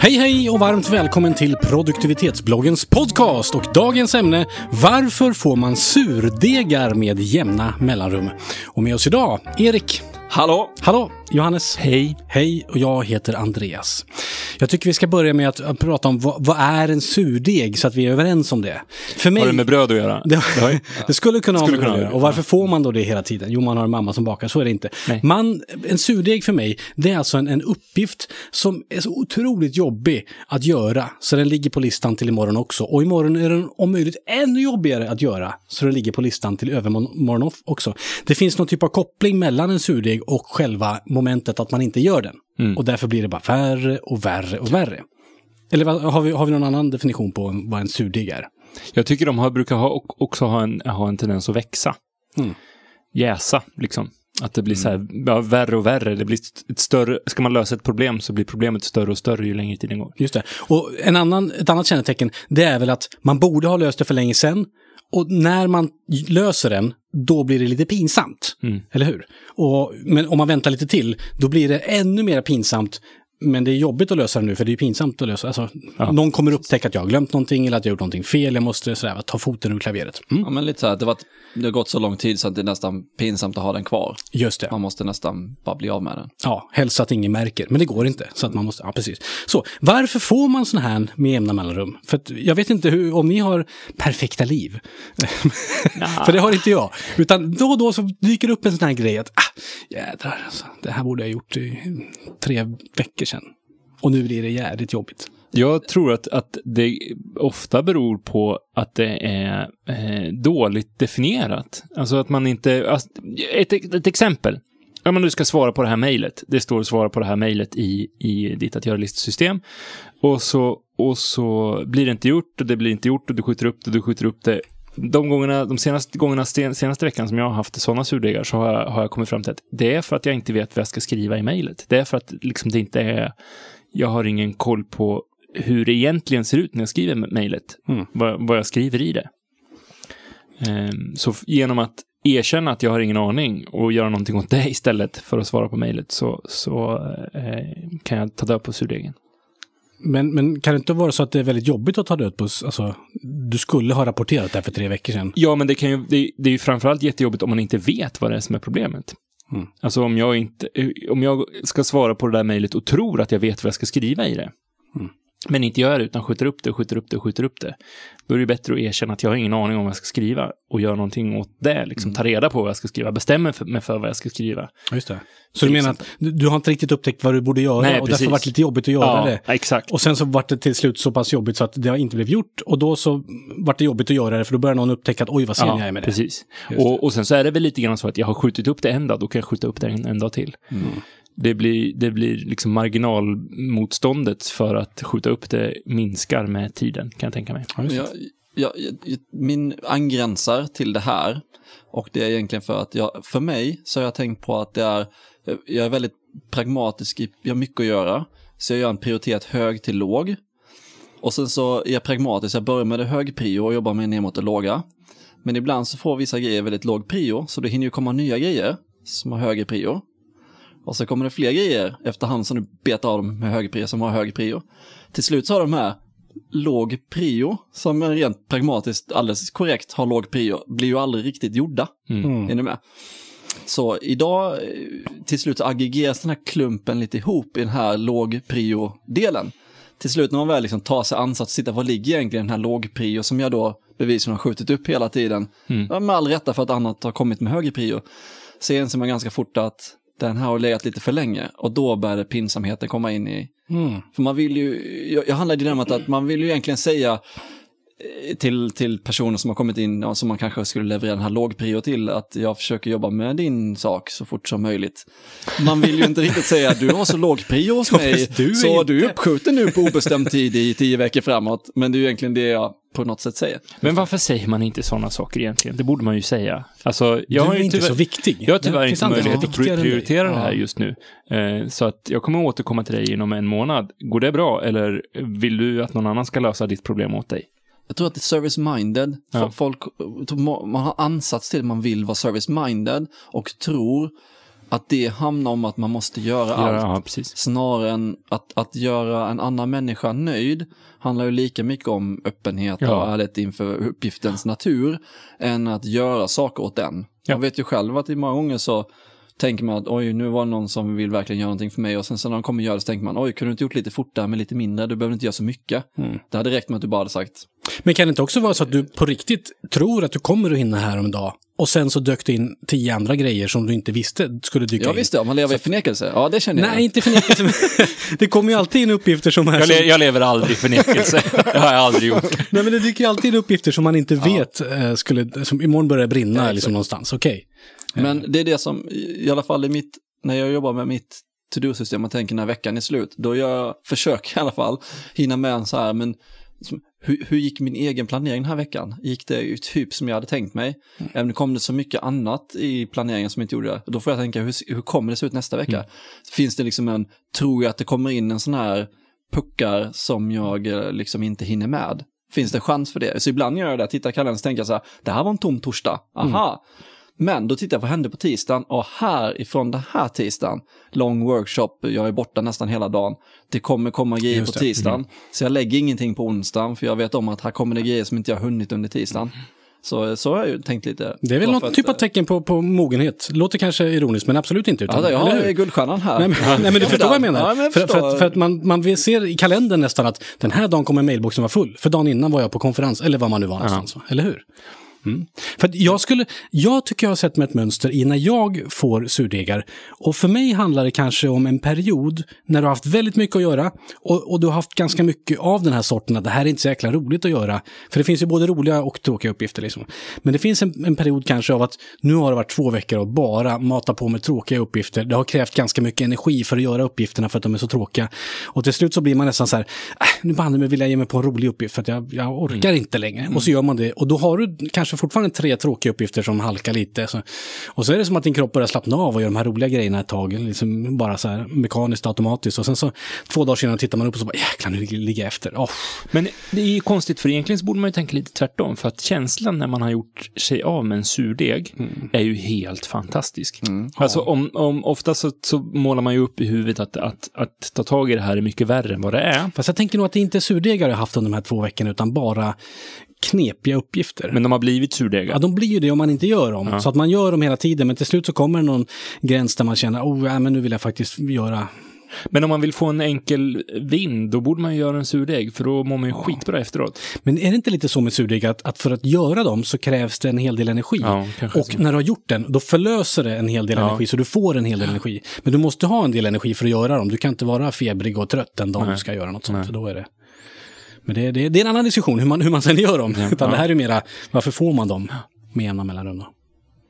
Hej och varmt välkommen till Produktivitetsbloggens podcast och dagens ämne: varför får man surdegar med jämna mellanrum? Och med oss idag, Erik. Hallå! Hallå, Johannes. Hej. Hej, och jag heter Andreas. Jag tycker vi ska börja med att prata om vad är en surdeg, så att vi är överens om det. För mig, har det med bröd att göra? Det skulle kunna ha med bröd att göra. Och varför Ja. får man då det hela tiden? Jo, man har en mamma som bakar, så är det inte. Nej. En surdeg för mig, det är alltså en uppgift som är så otroligt jobbig att göra. Så den ligger på listan till imorgon också. Och imorgon är den om möjligt ännu jobbigare att göra. Så den ligger på listan till övermorgon också. Det finns någon typ av koppling mellan en surdeg och själva momentet att man inte gör den. Och därför blir det bara värre och värre och värre. Eller har vi någon annan definition på vad en surdeg är? Jag tycker de brukar också ha en tendens att växa. Jäsa, liksom. Att det blir så här, värre och värre. Det blir ett större, ska man lösa ett problem så blir problemet större och större ju längre tiden går. Just det. Och ett annat kännetecken, det är väl att man borde ha löst det för länge sedan. Och när man löser den, då blir det lite pinsamt. Eller hur? Men om man väntar lite till, då blir det ännu mer pinsamt. Men det är jobbigt att lösa det nu, för det är pinsamt att lösa. Alltså, någon kommer upptäcka att jag har glömt någonting eller att jag har gjort någonting fel. Jag måste ta foten ur klaveret. Ja, men lite så här, det har gått så lång tid så att det är nästan pinsamt att ha den kvar. Just det. Man måste nästan bara bli av med den. Ja, helst att ingen märker. Men det går inte. Så att man måste, precis. Så, varför får man sån här med jämna mellanrum? För att jag vet inte om ni har perfekta liv. För det har inte jag. Utan då och då så dyker upp en sån här grej att, jädrar, alltså, det här borde jag ha gjort i 3 veckor sedan. Och nu blir det jävligt jobbigt. Jag tror att det ofta beror på att det är dåligt definierat. Alltså att man inte... Alltså, ett exempel. Om man nu ska svara på det här mejlet. Det står att svara på det här mejlet i ditt att göra-listsystem. Och så blir det inte gjort och det blir inte gjort och du skjuter upp det. De senaste veckan som jag har haft sådana surdegar så har jag kommit fram till att det är för att jag inte vet vad jag ska skriva i mejlet. Det är för att liksom det inte är... Jag har ingen koll på hur det egentligen ser ut när jag skriver mejlet. Vad jag skriver i det. Så genom att erkänna att jag har ingen aning och göra någonting åt det istället för att svara på mejlet så kan jag ta död på surdegen. Men kan det inte vara så att det är väldigt jobbigt att ta död på? Alltså, du skulle ha rapporterat det här för 3 veckor sedan. Ja, men det är ju framförallt jättejobbigt om man inte vet vad det är som är problemet. Alltså om jag ska svara på det där mejlet och tror att jag vet vad jag ska skriva i det. Men inte gör det utan skjuter upp det. Då är det bättre att erkänna att jag har ingen aning om vad jag ska skriva och göra någonting åt det. Liksom ta reda på vad jag ska skriva. Bestämmer mig för vad jag ska skriva. Just det. Så du menar att du har inte riktigt upptäckt vad du borde göra. Nej, och precis. därför var det lite jobbigt att göra det. Ja, exakt. Och sen så var det till slut så pass jobbigt så att det inte blev gjort. Och då så var det jobbigt att göra det, för då börjar någon upptäcka att oj, vad sen jag är med det. Precis. Och sen så är det väl lite grann så att jag har skjutit upp det en dag, då kan jag skjuta upp det en dag till. Det blir liksom marginalmotståndet för att skjuta upp det minskar med tiden, kan jag tänka mig. Min angränsar till det här, och det är egentligen för att för mig så har jag tänkt på att jag är väldigt pragmatisk, jag har mycket att göra, så jag gör en prioritet hög till låg, och sen så är jag pragmatisk, jag börjar med det hög prio och jobbar mig ner mot det låga, men ibland så får vissa grejer väldigt låg prio, så det hinner ju komma nya grejer som har högre prio. Och så kommer det fler grejer efterhand som du betar av dem med hög prio som har hög prio. Till slut så har de här låg prio, som är rent pragmatiskt alldeles korrekt har låg prio, blir ju aldrig riktigt gjorda. Är ni med? Så idag till slut så aggregeras den här klumpen lite ihop i den här låg prio-delen. Till slut när man väl liksom tar sig ansats och sitter, vad ligger egentligen den här låg prio som jag då bevisligen har skjutit upp hela tiden. Med all rätta för att annat har kommit med högre prio. Så inser man ganska fort att den här har legat lite för länge, och då började pinsamheten komma in i. För man vill ju, jag handlar i dilemmat att man vill ju egentligen säga till personer som har kommit in, som man kanske skulle leverera den här låg prio till, att jag försöker jobba med din sak så fort som möjligt. Man vill ju inte riktigt säga att du har så låg prio hos mig, så du är uppskjuten nu på obestämd tid i 10 veckor framåt. Men det är ju egentligen det jag på något sätt säger. Men varför säger man inte sådana saker egentligen? Det borde man ju säga. Alltså, jag har inte så viktig. Jag har tyvärr inte möjlighet att prioritera det här just nu. Så att jag kommer återkomma till dig inom 1 månad. Går det bra? Eller vill du att någon annan ska lösa ditt problem åt dig? Jag tror att det är service-minded. Folk, man har ansats till att man vill vara service-minded och tror att det hamnar om att man måste göra allt. Ja, precis. Snarare än att göra en annan människa nöjd handlar ju lika mycket om öppenhet och ärlighet inför uppgiftens natur än att göra saker åt den. Ja. Jag vet ju själv att i många gånger så tänker man att oj, nu var det någon som vill verkligen göra någonting för mig och sen så när de kommer göra det så tänker man oj, kunde du inte gjort lite fortare men lite mindre, du behöver inte göra så mycket. Det hade räckt med att du bara hade sagt. Men kan det inte också vara så att du på riktigt tror att du kommer att hinna här om en dag och sen så dök du in 10 andra grejer som du inte visste skulle dyka in? Ja visst, om man lever i förnekelse. Ja, det känner jag. Nej, inte förnekelse. Det kommer ju alltid in uppgifter som är... Jag lever aldrig i förnekelse. Det har jag aldrig gjort. Nej, men det dyker ju alltid in uppgifter som man inte vet som imorgon börjar brinna liksom någonstans. Okej. Men det är det som, i alla fall när jag jobbar med mitt to-do-system och tänker när veckan är slut, då försöker jag i alla fall hinna med en så här, men hur gick min egen planering den här veckan? Gick det typ som jag hade tänkt mig? Även kom det så mycket annat i planeringen som inte gjorde det? Då får jag tänka, hur kommer det se ut nästa vecka? Finns det liksom tror jag att det kommer in en sån här puckar som jag liksom inte hinner med? Finns det chans för det? Så ibland gör jag det, tittar i kalendern och tänker så här, det här var en tom torsdag. Aha! Men då tittar jag vad hände på tisdagen och härifrån den här tisdagen, lång workshop, jag är borta nästan hela dagen. Det kommer komma grejer på tisdagen. Så jag lägger ingenting på onsdagen för jag vet om att här kommer det grejer som inte jag har hunnit under tisdagen. Så har jag ju tänkt lite. Det är väl något typ av tecken på mogenhet. Låter kanske ironiskt men absolut inte. Utan, jag har guldstjärnan här. Nej, men du förstår vad jag menar. Ja, men för att man ser i kalendern nästan att den här dagen kommer mailboxen vara full. För dagen innan var jag på konferens eller vad man nu var någonstans. Eller hur? För att jag tycker jag har sett med ett mönster i när jag får surdegar och för mig handlar det kanske om en period när du har haft väldigt mycket att göra och du har haft ganska mycket av den här sorten att det här är inte så jäkla roligt att göra, för det finns ju både roliga och tråkiga uppgifter liksom. Men det finns en period kanske av att nu har det varit 2 veckor och bara mata på med tråkiga uppgifter. Det har krävt ganska mycket energi för att göra uppgifterna för att de är så tråkiga och till slut så blir man nästan så här, nu banne mig vill jag ge mig på en rolig uppgift för att jag orkar inte längre och så gör man det och då har du kanske fortfarande 3 tråkiga uppgifter som halkar lite. Och så är det som att din kropp börjar slappna av och gör de här roliga grejerna ett tag. Liksom bara så här mekaniskt, automatiskt. Och sen så 2 dagar senare tittar man upp och så bara, jäklar, nu ligger jag efter. Oh. Men det är ju konstigt, för egentligen så borde man ju tänka lite tvärtom. För att känslan när man har gjort sig av med en surdeg är ju helt fantastisk. Alltså om ofta så målar man ju upp i huvudet att ta tag i det här är mycket värre än vad det är. Fast jag tänker nog att det inte är surdegar jag har haft under de här 2 veckorna utan bara knepiga uppgifter. Men de har blivit surdegar. Ja, de blir ju det om man inte gör dem. Ja. Så att man gör dem hela tiden, men till slut så kommer någon gräns där man känner, men nu vill jag faktiskt göra. Men om man vill få en enkel vind, då borde man ju göra en surdeg, för då mår man ju skitbra efteråt. Men är det inte lite så med surdeg att för att göra dem så krävs det en hel del energi? Ja, och så. När du har gjort den, då förlöser det en hel del energi, så du får en hel del energi. Men du måste ha en del energi för att göra dem. Du kan inte vara febrig och trött den dagen du ska göra något sånt. Då är det. Men det är en annan diskussion hur man sen gör dem. Utan det här är mera, varför får man dem med jämna mellanrum då?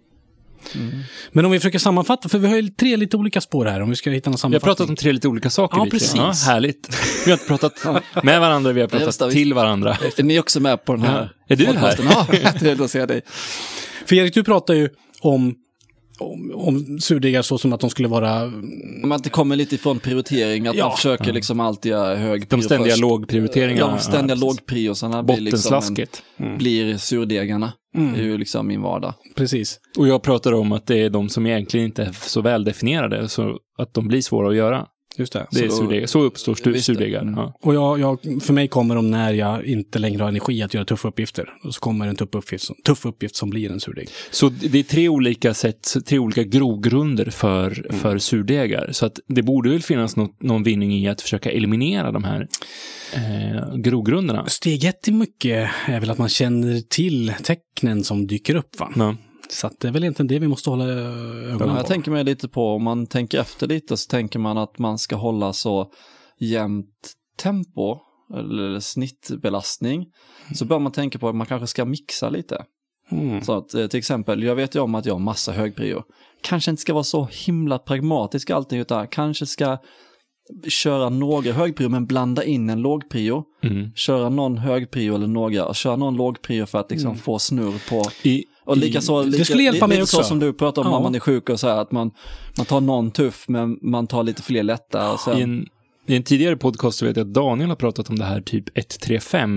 Men om vi försöker sammanfatta, för vi har ju 3 lite olika spår här, om vi ska hitta någon sammanfattning. Vi har pratat om 3 lite olika saker. Ja, precis. Ja, härligt. Vi har inte pratat med varandra, vi har pratat till varandra. Är ni också med på den här? Är du här? Ja, trevligt att se dig. För Erik, du pratar ju om surdegar så som att de skulle vara... Om att det kommer lite ifrån prioritering, att man försöker liksom alltid ha hög prio. De ständiga lågprioriteringarna. De ständiga lågpriosarna blir bottenslasket. Blir surdegarna. Det är ju liksom min vardag. Precis. Och jag pratar om att det är de som egentligen inte är så väl definierade, så att de blir svåra att göra. Just det. Det är surdegar. Så uppstår surdegar. Ja. Och för mig kommer de när jag inte längre har energi att göra tuffa uppgifter. Och så kommer en tuff uppgift som blir en surdeg. Så det är 3 olika sätt, 3 olika grogrunder för surdegar. Så att det borde väl finnas någon vinning i att försöka eliminera de här grogrunderna. Steg 1 i mycket är väl att man känner till tecknen som dyker upp, va? Ja. Så att det är väl egentligen det vi måste hålla ögonen på. Jag tänker mig lite på, om man tänker efter lite så tänker man att man ska hålla så jämnt tempo eller snittbelastning. Så bör man tänka på att man kanske ska mixa lite. Så att till exempel, jag vet ju om att jag har massa högprio. Kanske inte ska vara så himla pragmatisk allting, utan kanske ska köra några högprio men blanda in en lågprio. Köra någon högprio eller några. Köra någon lågprio för att liksom få snurr på... Och lite så som du pratar om när man är sjuk och så här, att man tar någon tuff men man tar lite fler lätta. Och sen... I en tidigare podcast så vet jag att Daniel har pratat om det här typ 1-3-5.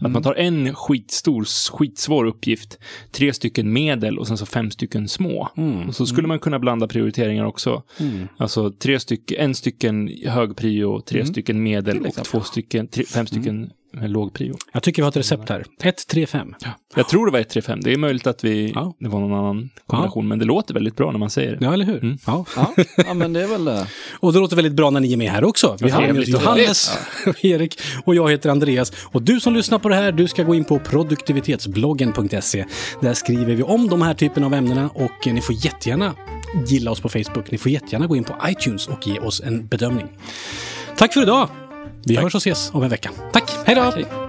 Att man tar en skitsvår uppgift, 3 stycken medel och sen så 5 stycken små. Och så skulle man kunna blanda prioriteringar också. Alltså 1 stycken hög prio, 3 stycken medel och 5 stycken låg prio. Jag tycker vi har ett recept här. 1, 3, 5. Ja. Jag tror det var 1, 3, 5. Det är möjligt att det var någon annan kombination, men det låter väldigt bra när man säger det. Ja, eller hur? Ja, men det är väl det. Och det låter väldigt bra när ni är med här också. Vi har med Johannes, Erik och jag heter Andreas. Och du som lyssnar på det här, du ska gå in på produktivitetsbloggen.se. Där skriver vi om de här typen av ämnena och ni får jättegärna gilla oss på Facebook. Ni får jättegärna gå in på iTunes och ge oss en bedömning. Tack för idag! Vi hörs och ses om en vecka. Tack, hej då!